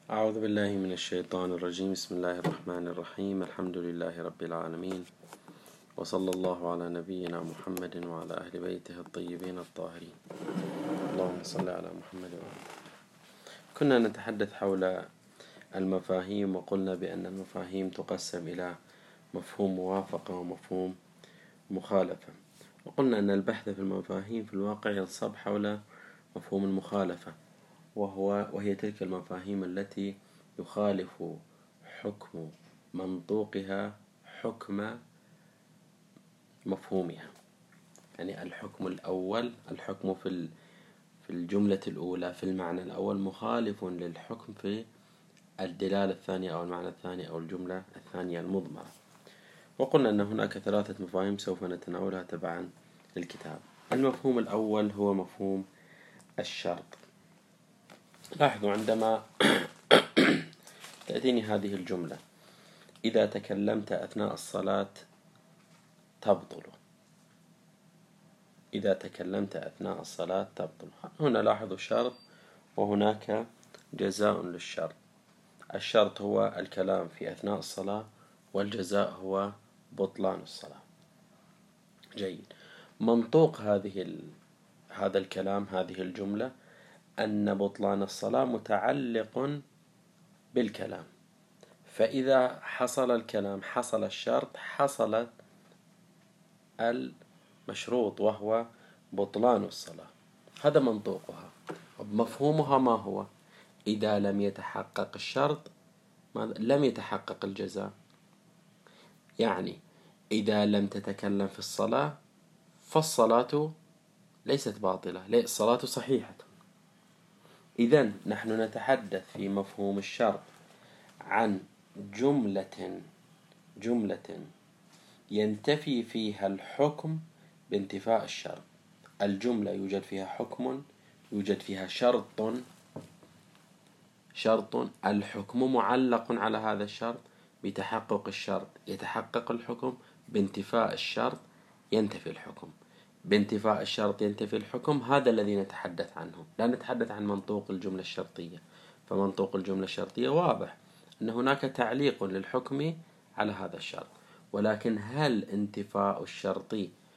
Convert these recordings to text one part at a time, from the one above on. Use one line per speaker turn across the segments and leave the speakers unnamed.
أعوذ بالله من الشيطان الرجيم. بسم الله الرحمن الرحيم. الحمد لله رب العالمين، وصلى الله على نبينا محمد وعلى أهل بيته الطيبين الطاهرين. اللهم صل على محمد وعلى كنا نتحدث حول المفاهيم، وقلنا بأن المفاهيم تقسم إلى مفهوم موافقة ومفهوم مخالفة، وقلنا أن البحث في المفاهيم في الواقع ينصب حول مفهوم المخالفة، وهي تلك المفاهيم التي يخالف حكم منطوقها حكم مفهومها. يعني الحكم الأول، الحكم في الجملة الأولى في المعنى الأول مخالف للحكم في الدلالة الثانية أو المعنى الثاني أو الجملة الثانية المضمرة. وقلنا أن هناك ثلاثة مفاهيم سوف نتناولها تبعا للكتاب. المفهوم الأول هو مفهوم الشرط. لاحظوا عندما تأتيني هذه الجملة: إذا تكلمت أثناء الصلاة تبطل. إذا تكلمت أثناء الصلاة تبطل. هنا لاحظوا شرط وهناك جزاء للشرط. الشرط هو الكلام في أثناء الصلاة، والجزاء هو بطلان الصلاة. جيد. منطوق هذا الكلام، هذه الجملة، أن بطلان الصلاة متعلق بالكلام، فإذا حصل الكلام حصل الشرط، حصلت المشروط وهو بطلان الصلاة. هذا منطوقها. مفهومها ما هو؟ إذا لم يتحقق الشرط لم يتحقق الجزاء. يعني إذا لم تتكلم في الصلاة فالصلاة ليست باطلة، الصلاة صحيحة. إذن نحن نتحدث في مفهوم الشرط عن جملة ينتفي فيها الحكم بانتفاء الشرط. الجملة يوجد فيها حكم، يوجد فيها شرط، الحكم معلق على هذا الشرط. بتحقق الشرط يتحقق الحكم، بانتفاء الشرط ينتفي الحكم، بانتفاء الشرط ينتفي الحكم. هذا الذي نتحدث عنه، لا نتحدث عن منطوق الجملة الشرطية. فمنطوق الجملة الشرطية واضح أن هناك تعليق للحكم على هذا الشرط، ولكن هل انتفاء الشرط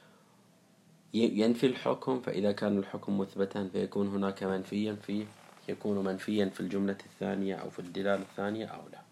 ينفي الحكم؟ فإذا كان الحكم مثبتا فيكون هناك يكون منفيا في الجملة الثانية أو في الدلالة الثانية أو لا.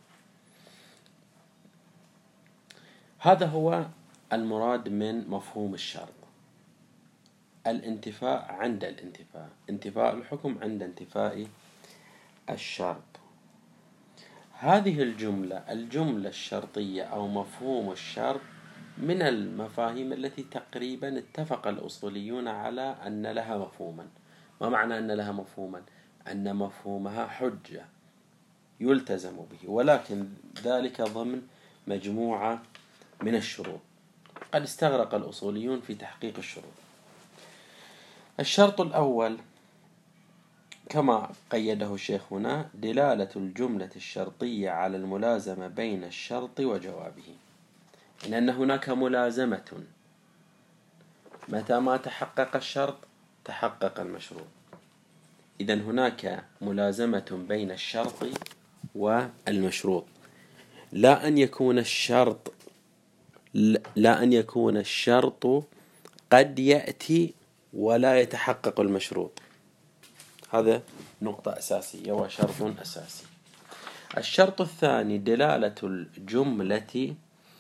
هذا هو المراد من مفهوم الشرط. الانتفاء عند انتفاء الحكم عند انتفاء الشرط. هذه الجملة الشرطية أو مفهوم الشرط من المفاهيم التي تقريبا اتفق الأصوليون على أن لها مفهوما. ما معنى أن لها مفهوما؟ أن مفهومها حجة يلتزم به، ولكن ذلك ضمن مجموعة من الشروط. قد استغرق الأصوليون في تحقيق الشروط. الشرط الأول كما قيده الشيخ هنا: دلالة الجملة الشرطية على الملازمة بين الشرط وجوابه. لأن هناك ملازمة، متى ما تحقق الشرط تحقق المشروط. إذن هناك ملازمة بين الشرط والمشروط. لا أن يكون الشرط قد يأتي ولا يتحقق المشروط. هذا نقطة أساسية وشرط أساسي. الشرط الثاني: دلالة الجملة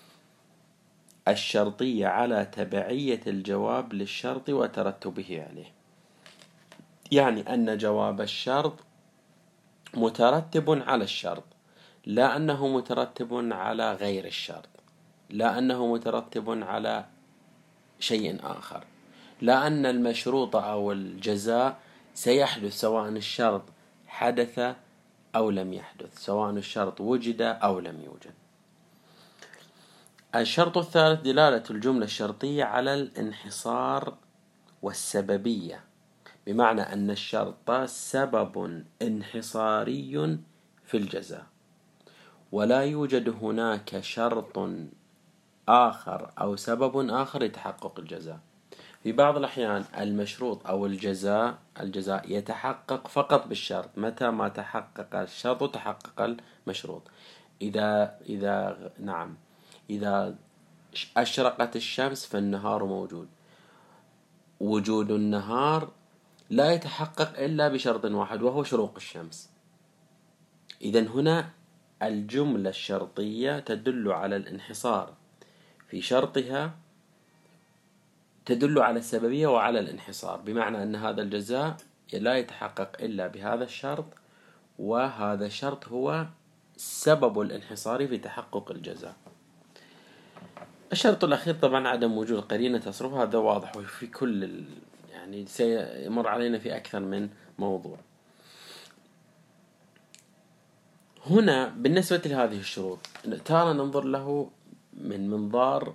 الشرطية على تبعية الجواب للشرط وترتبه عليه. يعني أن جواب الشرط مترتب على الشرط، لا أنه مترتب على غير الشرط، لا أنه مترتب على شيء آخر، لا أن المشروط أو الجزاء سيحدث سواء الشرط حدث أو لم يحدث، سواء الشرط وجد أو لم يوجد. الشرط الثالث: دلالة الجملة الشرطية على الانحصار والسببية، بمعنى أن الشرط سبب انحصاري في الجزاء، ولا يوجد هناك شرط آخر أو سبب آخر لتحقق الجزاء. في بعض الأحيان المشروط أو الجزاء يتحقق فقط بالشرط، متى ما تحقق الشرط تحقق المشروط. إذا أشرقت الشمس فالنهار موجود. وجود النهار لا يتحقق إلا بشرط واحد وهو شروق الشمس. إذن هنا الجملة الشرطية تدل على الانحصار في شرطها، تدل على السببية وعلى الانحصار، بمعنى أن هذا الجزاء لا يتحقق إلا بهذا الشرط، وهذا الشرط هو سبب الانحصار في تحقق الجزاء. الشرط الأخير طبعا عدم وجود قرينة تصرف، هذا واضح وفي كل يعني سيمر علينا في أكثر من موضوع. هنا بالنسبة لهذه الشروط ترى ننظر له من منظار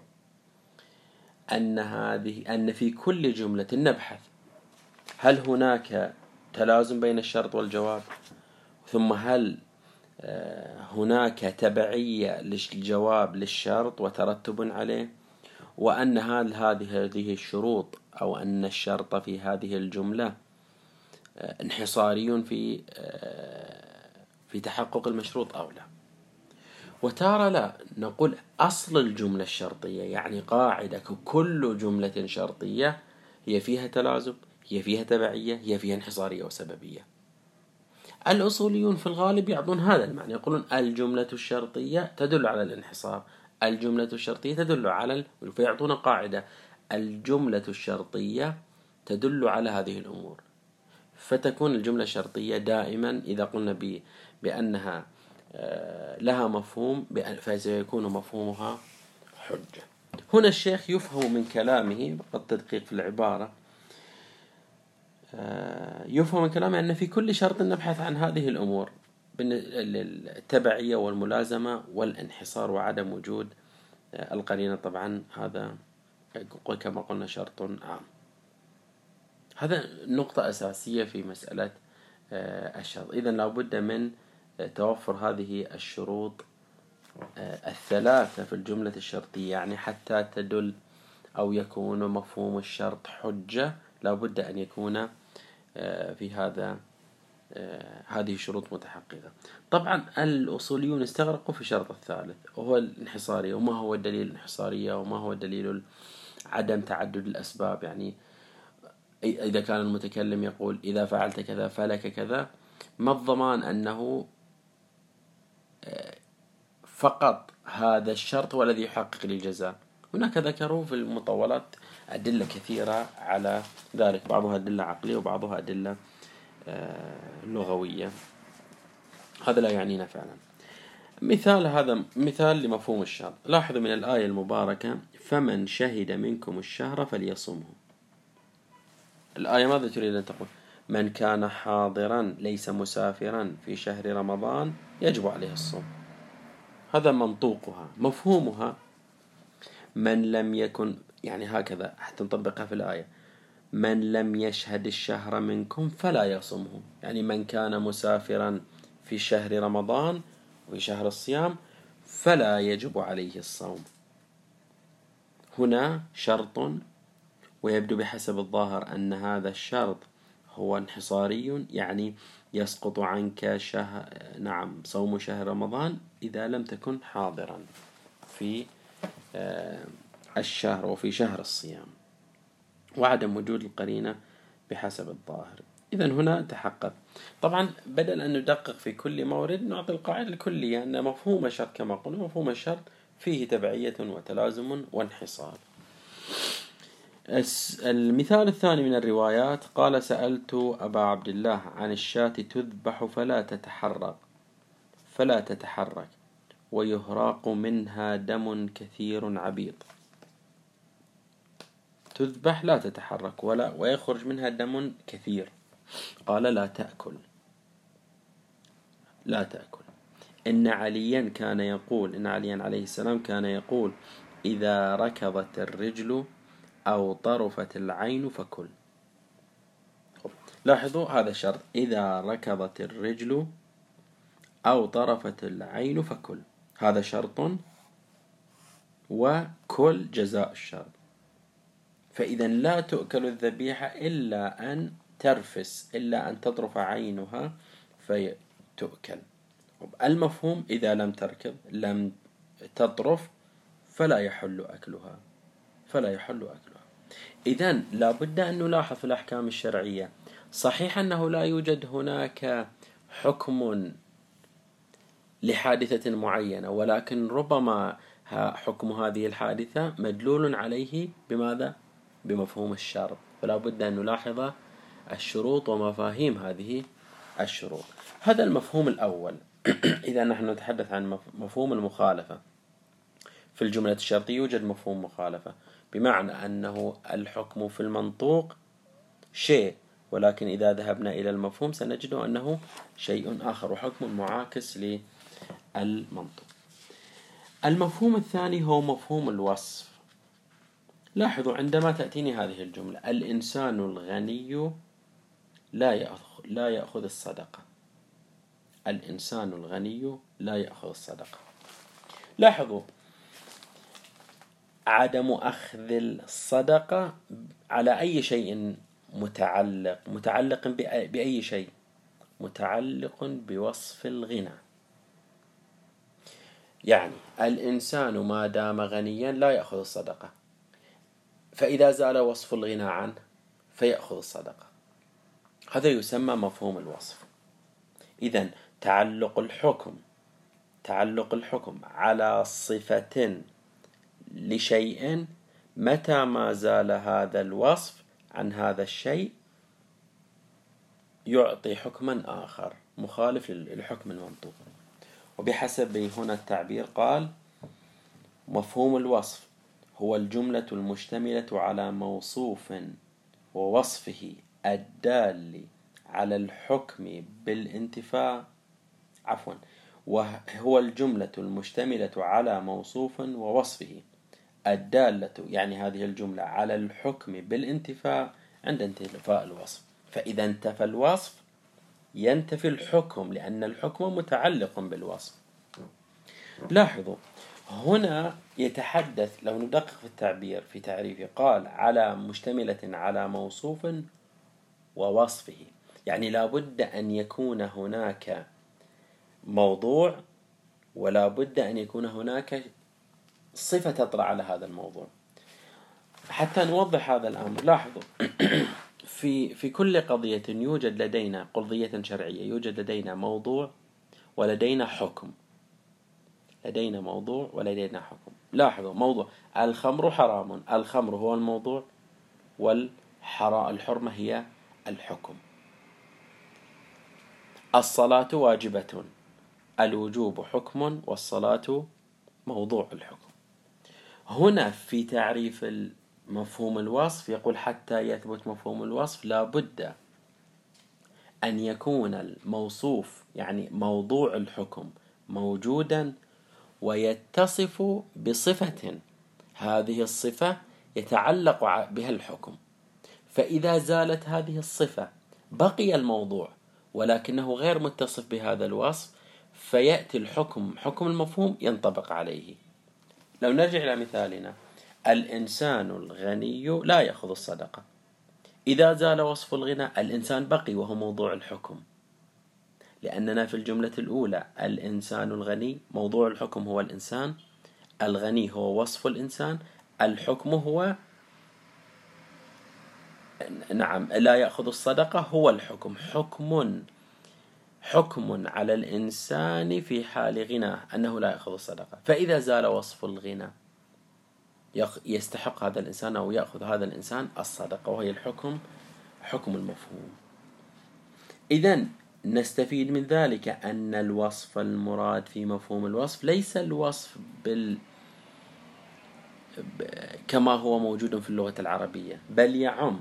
أن في كل جملة نبحث هل هناك تلازم بين الشرط والجواب، ثم هل هناك تبعية للجواب للشرط وترتب عليه، وأن هل هذه الشروط أو أن الشرط في هذه الجملة انحصاري في تحقق المشروط أو لا. وتارة لا، نقول أصل الجملة الشرطية يعني قاعدة كل جملة شرطية هي فيها تلازم، هي فيها تبعية، هي فيها انحصارية وسببية. الأصوليون في الغالب يعطون هذا المعنى، يقولون الجملة الشرطية تدل على الانحصار، الجملة الشرطية تدل على فيعطون قاعدة الجملة الشرطية تدل على هذه الأمور. فتكون الجملة الشرطية دائما إذا قلنا بأنها لها مفهوم فسيكون مفهومها حجة. هنا الشيخ يفهم من كلامه قد تدقيق في العبارة، يفهم من كلامه أن في كل شرط نبحث عن هذه الأمور، التبعية والملازمة والانحصار وعدم وجود القرينة. طبعا هذا كما قلنا شرط عام. هذا نقطة أساسية في مسألة الشرط. إذن لابد من توفر هذه الشروط الثلاثة في الجملة الشرطية، يعني حتى تدل أو يكون مفهوم الشرط حجة لابد أن يكون في هذه الشروط متحققة. طبعا الأصوليون استغرقوا في الشرط الثالث وهو الانحصارية، وما هو دليل الانحصارية وما هو دليل عدم تعدد الأسباب. يعني إذا كان المتكلم يقول إذا فعلت كذا فلك كذا، ما الضمان أنه فقط هذا الشرط هو الذي يحقق لي الجزاء؟ هناك ذكروا في المطولات أدلة كثيرة على ذلك، بعضها أدلة عقلية وبعضها أدلة لغوية. هذا لا يعنينا فعلا. هذا مثال لمفهوم الشرط. لاحظوا من الآية المباركة فمن شهد منكم الشهر فليصمه. الآية ماذا تريد أن تقول؟ من كان حاضرا ليس مسافرا في شهر رمضان يجب عليه الصوم. هذا منطوقها. مفهومها من لم يكن، يعني هكذا حتى نطبقها في الآية، من لم يشهد الشهر منكم فلا يصمه، يعني من كان مسافرا في شهر رمضان وفي شهر الصيام فلا يجب عليه الصوم. هنا شرط، ويبدو بحسب الظاهر أن هذا الشرط هو انحصاري، يعني يسقط عنك صوم شهر رمضان إذا لم تكن حاضرا في الشهر وفي شهر الصيام، وعدم وجود القرينة بحسب الظاهر. إذن هنا تحقق. طبعا بدل أن ندقق في كل مورد نعطي القاعدة الكلية أن مفهوم الشرط كما قلنا مفهوم الشرط فيه تبعية وتلازم وانحصار. المثال الثاني من الروايات قال سألت أبا عبد الله عن الشاة تذبح فلا تتحرك ويهراق منها دم كثير عبيط. تذبح لا تتحرك ويخرج منها دم كثير. قال لا تأكل. إن عليا عليه السلام كان يقول إذا ركضت الرجل أو طرفت العين فكل. لاحظوا هذا الشرط، إذا ركضت الرجل أو طرفت العين فكل، هذا شرط وكل جزاء الشرط. فإذا لا تؤكل الذبيحة إلا أن ترفس، إلا أن تطرف عينها فتؤكل. المفهوم إذا لم تركب، لم تطرف، فلا يحل أكلها. إذن لا بد أن نلاحظ في الأحكام الشرعية، صحيح أنه لا يوجد هناك حكم لحادثة معينة، ولكن ربما حكم هذه الحادثة مدلول عليه بماذا؟ بمفهوم الشرط. فلا بد أن نلاحظ الشروط ومفاهيم هذه الشروط. هذا المفهوم الأول. إذا نحن نتحدث عن مفهوم المخالفة في الجملة الشرطية، يوجد مفهوم مخالفة، بمعنى أنه الحكم في المنطوق شيء، ولكن إذا ذهبنا إلى المفهوم سنجد أنه شيء آخر، وحكم معاكس للمنطوق. المفهوم الثاني هو مفهوم الوصف. لاحظوا عندما تأتيني هذه الجملة: الإنسان الغني لا يأخذ الصدقة. الإنسان الغني لا يأخذ الصدقة. لاحظوا عدم أخذ الصدقة على أي شيء متعلق بأي شيء؟ متعلق بوصف الغنى. يعني الإنسان ما دام غنيا لا يأخذ الصدقة، فإذا زال وصف الغنى عنه فيأخذ الصدقة. هذا يسمى مفهوم الوصف. إذن تعلق الحكم على صفة لشيء، متى ما زال هذا الوصف عن هذا الشيء يعطي حكما آخر مخالف للحكم المنطوق. وبحسب هنا التعبير قال: مفهوم الوصف هو الجملة المشتملة على موصوف ووصفه الدال على الحكم بالانتفاء. وهو الجملة المشتملة على موصوف ووصفه الدالة، يعني هذه الجملة، على الحكم بالانتفاء عند انتفاء الوصف. فإذا انتفى الوصف ينتفي الحكم، لأن الحكم متعلق بالوصف. لاحظوا هنا يتحدث، لو ندقق في التعبير في تعريفه، قال على مشتملة على موصوف ووصفه، يعني لا بد أن يكون هناك موضوع، ولا بد أن يكون هناك صفة تطلع على هذا الموضوع. حتى نوضح هذا الأمر، لاحظوا في كل قضية يوجد لدينا قضية شرعية، يوجد لدينا موضوع ولدينا حكم. لاحظوا موضوع الخمر حرام، الخمر هو الموضوع والحرمة هي الحكم. الصلاة واجبة، الوجوب حكم والصلاة موضوع الحكم. هنا في تعريف مفهوم الوصف يقول: حتى يثبت مفهوم الوصف لا بد أن يكون الموصوف، يعني موضوع الحكم، موجودا ويتصف بصفة، هذه الصفة يتعلق بها الحكم. فإذا زالت هذه الصفة بقي الموضوع ولكنه غير متصف بهذا الوصف، فيأتي الحكم، حكم المفهوم، ينطبق عليه. لو نرجع إلى مثالنا: الإنسان الغني لا يأخذ الصدقة. إذا زال وصف الغنى الإنسان بقي وهو موضوع الحكم، لأننا في الجملة الأولى الإنسان الغني، موضوع الحكم هو الإنسان، الغني هو وصف الإنسان، الحكم هو لا يأخذ الصدقة هو الحكم، حكم على الإنسان في حال غناه أنه لا يأخذ الصدقة. فإذا زال وصف الغنى يستحق هذا الإنسان أو يأخذ هذا الإنسان الصدقة، وهي الحكم، حكم المفهوم. إذن نستفيد من ذلك أن الوصف المراد في مفهوم الوصف ليس الوصف كما هو موجود في اللغة العربية، بل يعم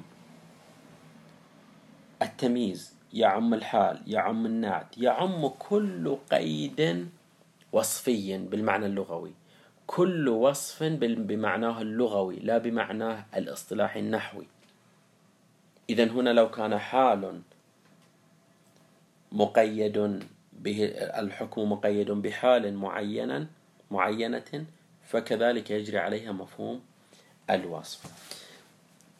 التمييز، يعم الحال، يعم النعت، يعم كل قيد وصفي بالمعنى اللغوي، كل وصف بمعناه اللغوي لا بمعناه الاصطلاحي النحوي. إذن هنا لو كان حال مقيد به، الحكم مقيد بحال معينة، فكذلك يجري عليها مفهوم الوصف.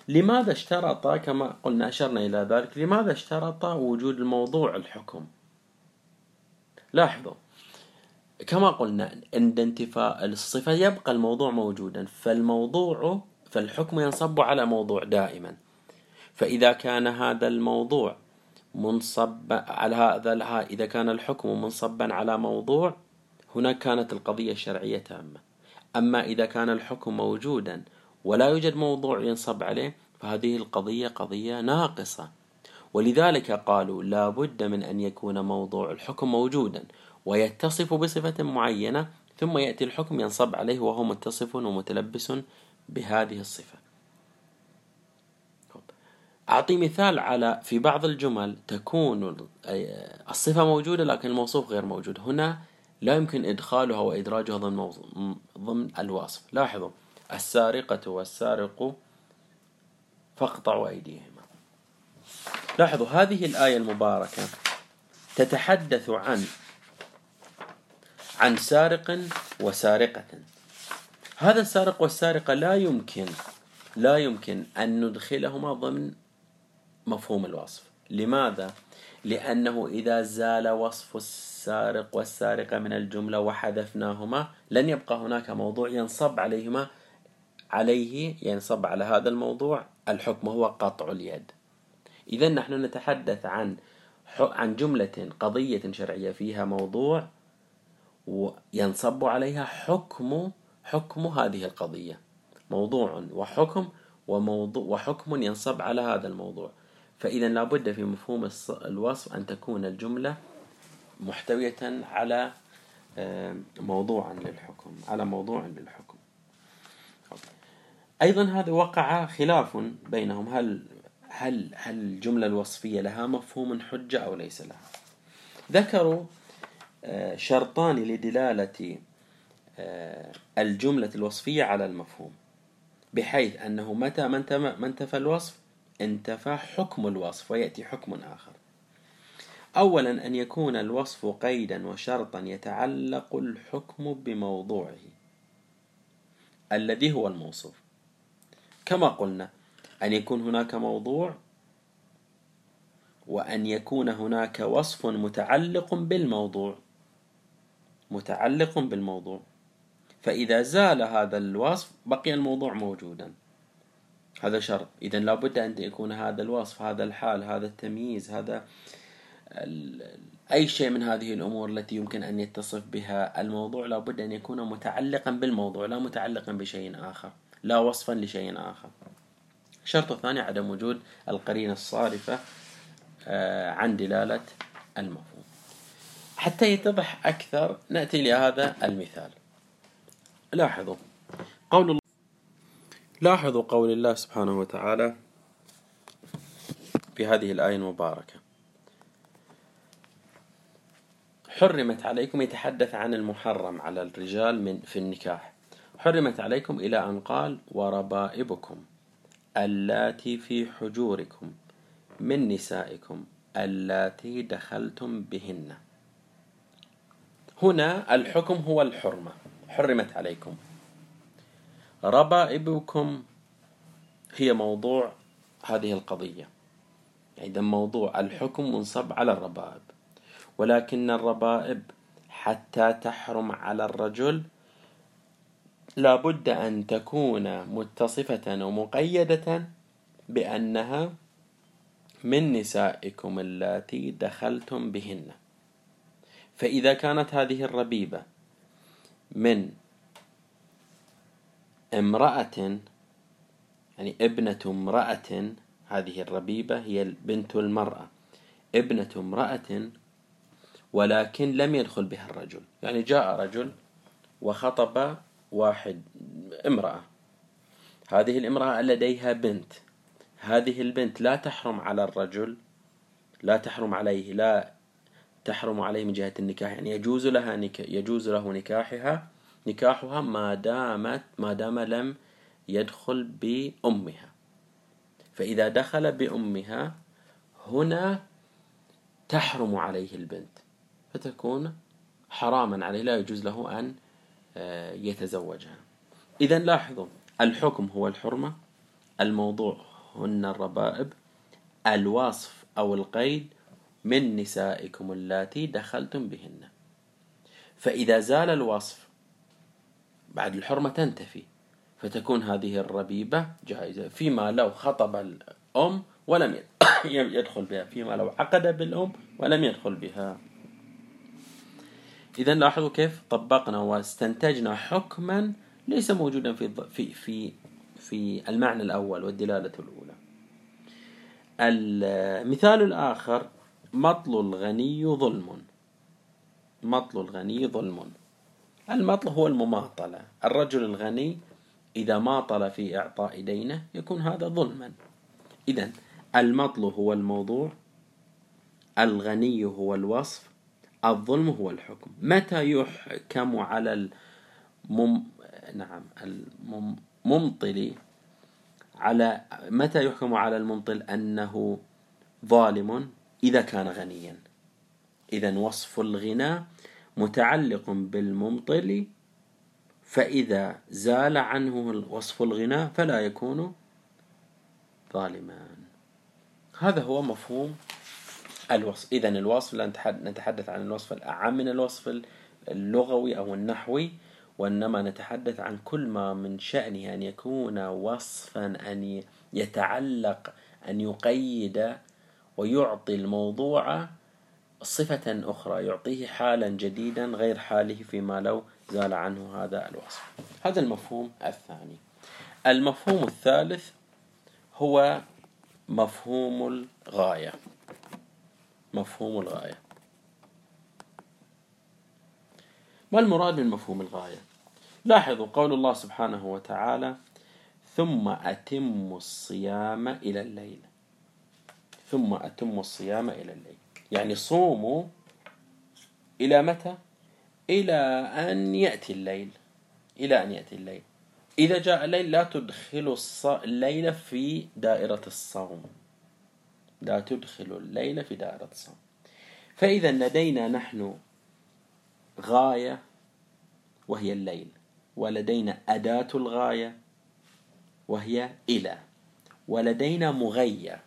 لماذا اشترط كما قلنا أشرنا إلى ذلك، لماذا اشترط وجود الموضوع الحكم؟ لاحظوا كما قلنا عند انتفاء الصفة يبقى الموضوع موجودا، فالحكم ينصب على موضوع دائما. فإذا كان هذا الموضوع منصب على هذا، إذا كان الحكم منصبا على موضوع، هنا كانت القضية الشرعية تامة. أما إذا كان الحكم موجودا ولا يوجد موضوع ينصب عليه، فهذه القضية قضية ناقصة. ولذلك قالوا لا بد من أن يكون موضوع الحكم موجودا ويتصف بصفة معينة، ثم يأتي الحكم ينصب عليه وهو متصف ومتلبس بهذه الصفة. أعطي مثال على في بعض الجمل تكون الصفة موجودة لكن الموصوف غير موجود، هنا لا يمكن إدخالها وإدراجها ضمن الوصف. لاحظوا السارقة والسارق فاقطعوا أيديهما. لاحظوا هذه الآية المباركة تتحدث عن سارق وسارقة. هذا السارق والسارقة لا يمكن أن ندخلهما ضمن مفهوم الوصف. لماذا؟ لأنه إذا زال وصف السارق والسارقة من الجملة وحذفناهما لن يبقى هناك موضوع ينصب ينصب على هذا الموضوع الحكم، هو قطع اليد. إذا نحن نتحدث عن جملة قضية شرعية فيها موضوع وينصب عليها حكم هذه القضية، موضوع وحكم ينصب على هذا الموضوع. فإذا لابد في مفهوم الوصف أن تكون الجملة محتوية على موضوع للحكم. أيضا هذا وقع خلاف بينهم، هل الجملة الوصفية لها مفهوم حجة أو ليس لها؟ ذكروا شرطان لدلالة الجملة الوصفية على المفهوم، بحيث أنه متى ما انتفى الوصف انتفى حكم الوصف ويأتي حكم آخر. أولا أن يكون الوصف قيدا وشرطا يتعلق الحكم بموضوعه الذي هو الموصوف، كما قلنا أن يكون هناك موضوع وأن يكون هناك وصف متعلق بالموضوع. فإذا زال هذا الوصف بقي الموضوع موجودا، هذا شرط. إذا لابد أن يكون هذا الوصف، هذا الحال، هذا التمييز، هذا أي شيء من هذه الأمور التي يمكن أن يتصف بها الموضوع لابد أن يكون متعلقا بالموضوع، لا متعلقا بشيء آخر، لا وصفا لشيء آخر. الشرط الثاني عدم وجود القرينة الصارفة عن دلالة المفهوم. حتى يتضح أكثر نأتي لهذا المثال. لاحظوا قول الله سبحانه وتعالى في هذه الآية المباركة: حرمت عليكم، يتحدث عن المحرم على الرجال في النكاح. حرمت عليكم إلى أن قال: وربائبكم اللاتي في حجوركم من نسائكم اللاتي دخلتم بهن. هنا الحكم هو الحرمة، حرمت عليكم. ربائبكم هي موضوع هذه القضية، إذا موضوع الحكم منصب على الربائب، ولكن الربائب حتى تحرم على الرجل لابد أن تكون متصفة ومقيدة بأنها من نسائكم اللاتي دخلتم بهن. فإذا كانت هذه الربيبة من امرأة، يعني ابنة امرأة، هذه الربيبة هي بنت المرأة، ابنة امرأة، ولكن لم يدخل بها الرجل، يعني جاء رجل وخطب امرأة، هذه الامرأة لديها بنت، هذه البنت لا تحرم على الرجل، لا تحرم عليه، لا تحرم عليه من جهة النكاح، يعني يجوز له نكاحها ما دام لم يدخل بأمها. فإذا دخل بأمها هنا تحرم عليه البنت، فتكون حراما عليه، لا يجوز له أن يتزوجها. إذن لاحظوا الحكم هو الحرمة، الموضوع هن الربائب الوصف أو القيد من نسائكم اللاتي دخلتم بهن. فإذا زال الوصف بعد الحرمة تنتفي، فتكون هذه الربيبة جائزة. فيما لو خطب الأم ولم يدخل بها، فيما لو عقد بالأم ولم يدخل بها. إذن لاحظوا كيف طبقنا واستنتجنا حكما ليس موجودا في المعنى الأول والدلالة الأولى. المثال الآخر: مطل الغني ظلم. مطل الغني ظلم. المطل هو المماطلة. الرجل الغني إذا ماطل في إعطاء دينه يكون هذا ظلما. إذن المطل هو الموضوع، الغني هو الوصف، الظلم هو الحكم. متى يحكم على الممطل متى يحكم على الممطل أنه ظالم؟ إذا كان غنيا. إذن وصف الغنى متعلق بالممطل، فإذا زال عنه وصف الغنى فلا يكون ظالما. هذا هو مفهوم الوصف. إذن الوصف لا نتحدث عن الوصف الأعم من الوصف اللغوي أو النحوي، وإنما نتحدث عن كل ما من شأنه أن يكون وصفا، أن يتعلق، أن يقيد ويعطي الموضوع صفة أخرى، يعطيه حالا جديدا غير حاله فيما لو زال عنه هذا الوصف. هذا المفهوم الثاني. المفهوم الثالث هو مفهوم الغاية. مفهوم الغاية. ما المراد من مفهوم الغاية؟ لاحظوا قول الله سبحانه وتعالى: ثم أتموا الصيام إلى الليل. ثم أتموا الصيام إلى الليل، يعني صوموا إلى متى؟ إلى أن يأتي الليل. إلى أن يأتي الليل. إذا جاء الليل لا تدخلوا الليل في دائرة الصوم. لا تدخلوا الليل في دائرة الصوم. فإذا لدينا نحن غاية وهي الليل، ولدينا أداة الغاية وهي إلى، ولدينا مغية.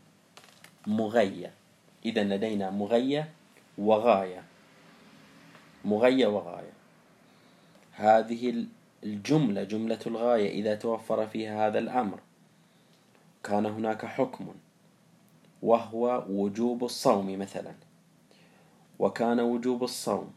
إذا لدينا مغية وغاية. مغية وغاية. هذه الجملة، جملة الغاية، إذا توفر فيها هذا الأمر كان هناك حكم وهو وجوب الصوم مثلا، وكان وجوب الصوم،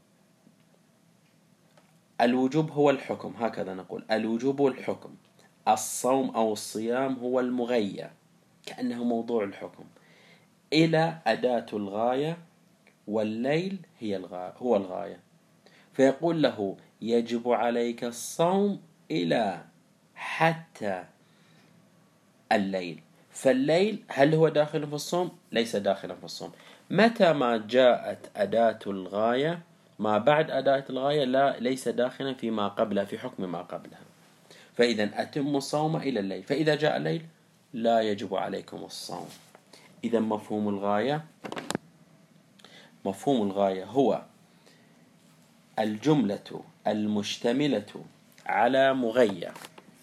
الوجوب هو الحكم، هكذا نقول الوجوب هو الحكم، الصوم أو الصيام هو المغية كأنه موضوع الحكم، إلى أداة الغاية، والليل هو الغاية. فيقول له: يجب عليك الصوم إلى حتى الليل. فالليل هل هو داخل في الصوم؟ ليس داخلا في الصوم. متى ما جاءت أداة الغاية ما بعد أداة الغاية ليس داخلا فيما قبلها، في حكم ما قبلها. فإذا أتم الصوم إلى الليل، فإذا جاء الليل لا يجب عليكم الصوم. إذا مفهوم الغاية هو الجملة المشتملة على مغية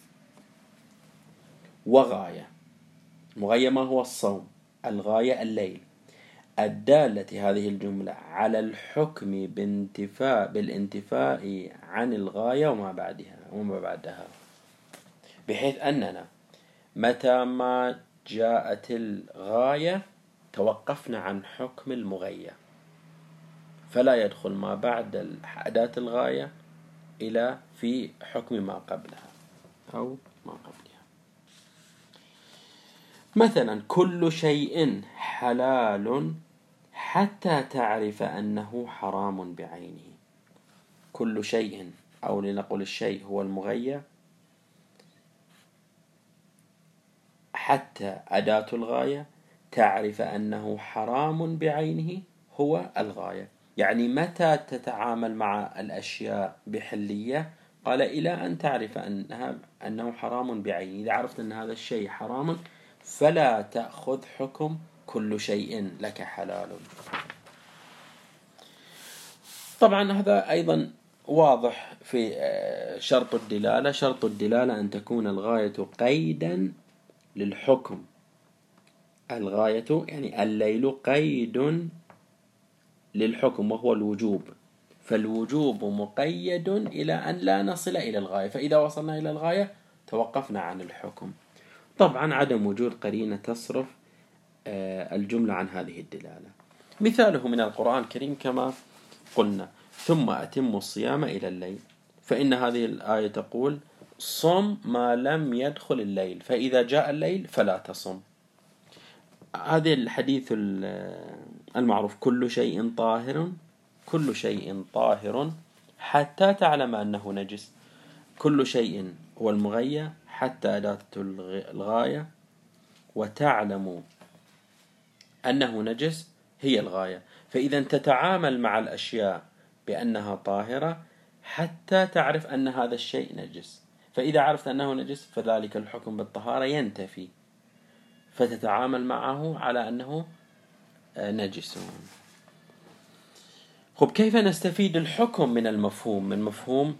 وغاية. مغية ما هو الصوم، الغاية الليل، الدالة هذه الجملة على الحكم بالانتفاء عن الغاية وما بعدها، بحيث أننا متى ما جاءت الغاية توقفنا عن حكم المغية، فلا يدخل ما بعد أداة الغاية إلى في حكم ما قبلها أو ما قبلها. مثلا: كل شيء حلال حتى تعرف أنه حرام بعينه. كل شيء، أو لنقول الشيء هو المغية، حتى أداة الغاية، تعرف أنه حرام بعينه هو الغاية. يعني متى تتعامل مع الأشياء بحلية؟ قال: إلى أن تعرف أنه حرام بعينه. إذا عرفت أن هذا الشيء حرام فلا تأخذ حكم كل شيء لك حلال. طبعا هذا أيضا واضح في شرط الدلالة. شرط الدلالة أن تكون الغاية قيدا للحكم الغاية، يعني الليل قيد للحكم وهو الوجوب، فالوجوب مقيد إلى أن لا نصل إلى الغاية، فإذا وصلنا إلى الغاية توقفنا عن الحكم. طبعا عدم وجود قرينة تصرف الجملة عن هذه الدلالة. مثاله من القرآن الكريم كما قلنا: ثم أتموا الصيام إلى الليل، فإن هذه الآية تقول: صم ما لم يدخل الليل، فإذا جاء الليل فلا تصم. هذا الحديث المعروف: كل شيء طاهر، كل شيء طاهر حتى تعلم أنه نجس. كل شيء هو المغية حتى أداة الغاية، وتعلم أنه نجس هي الغاية. فإذا تتعامل مع الأشياء بأنها طاهرة حتى تعرف أن هذا الشيء نجس، فإذا عرفت أنه نجس فذلك الحكم بالطهارة ينتفي، فتتعامل معه على أنه نجس. خب، كيف نستفيد الحكم من المفهوم، من مفهوم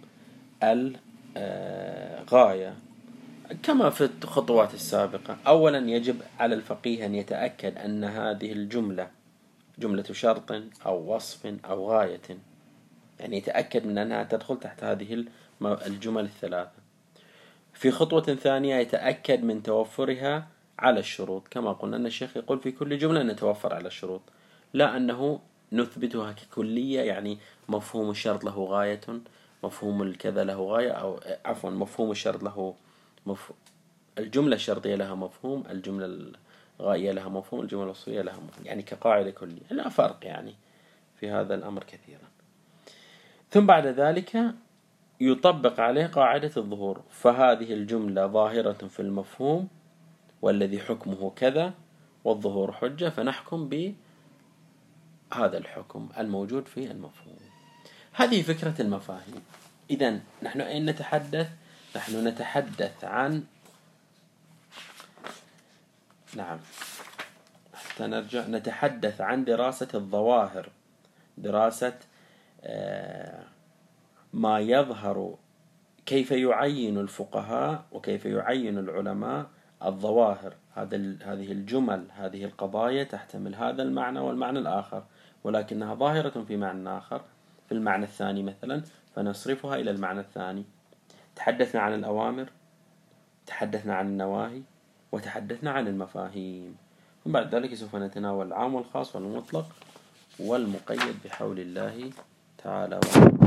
الغاية؟ كما في الخطوات السابقة: أولا يجب على الفقيه أن يتأكد أن هذه الجملة جملة شرط أو وصف أو غاية، يعني يتأكد من أنها تدخل تحت هذه الجمل الثلاثة. في خطوة ثانية يتأكد من توفرها على الشروط، كما قلنا أن الشيخ يقول في كل جملة نتوفر على الشروط، لا أنه نثبتها ككلية، يعني مفهوم الشرط له غاية، مفهوم الكذا له غاية، أو عفوا مفهوم الشرط له الجملة الشرطية لها مفهوم، الجملة الغائية لها مفهوم، الجملة الوصفية لها مفهوم، يعني كقاعدة كلية. لا فرق يعني في هذا الأمر كثيرا. ثم بعد ذلك يطبق عليه قاعدة الظهور، فهذه الجملة ظاهرة في المفهوم والذي حكمه كذا، والظهور حجة، فنحكم بهذا الحكم الموجود في المفهوم. هذه فكرة المفاهيم. إذن نحن أين نتحدث؟ نحن نتحدث عن حتى نرجع نتحدث عن دراسة الظواهر، دراسة ما يظهر، كيف يعين الفقهاء وكيف يعين العلماء الظواهر. هذه الجمل، هذه القضايا تحتمل هذا المعنى والمعنى الآخر، ولكنها ظاهرة في معنى آخر، في المعنى الثاني مثلا، فنصرفها إلى المعنى الثاني. تحدثنا عن الأوامر، تحدثنا عن النواهي، وتحدثنا عن المفاهيم، وبعد ذلك سوف نتناول العام والخاص والمطلق والمقيد بحول الله تعالى.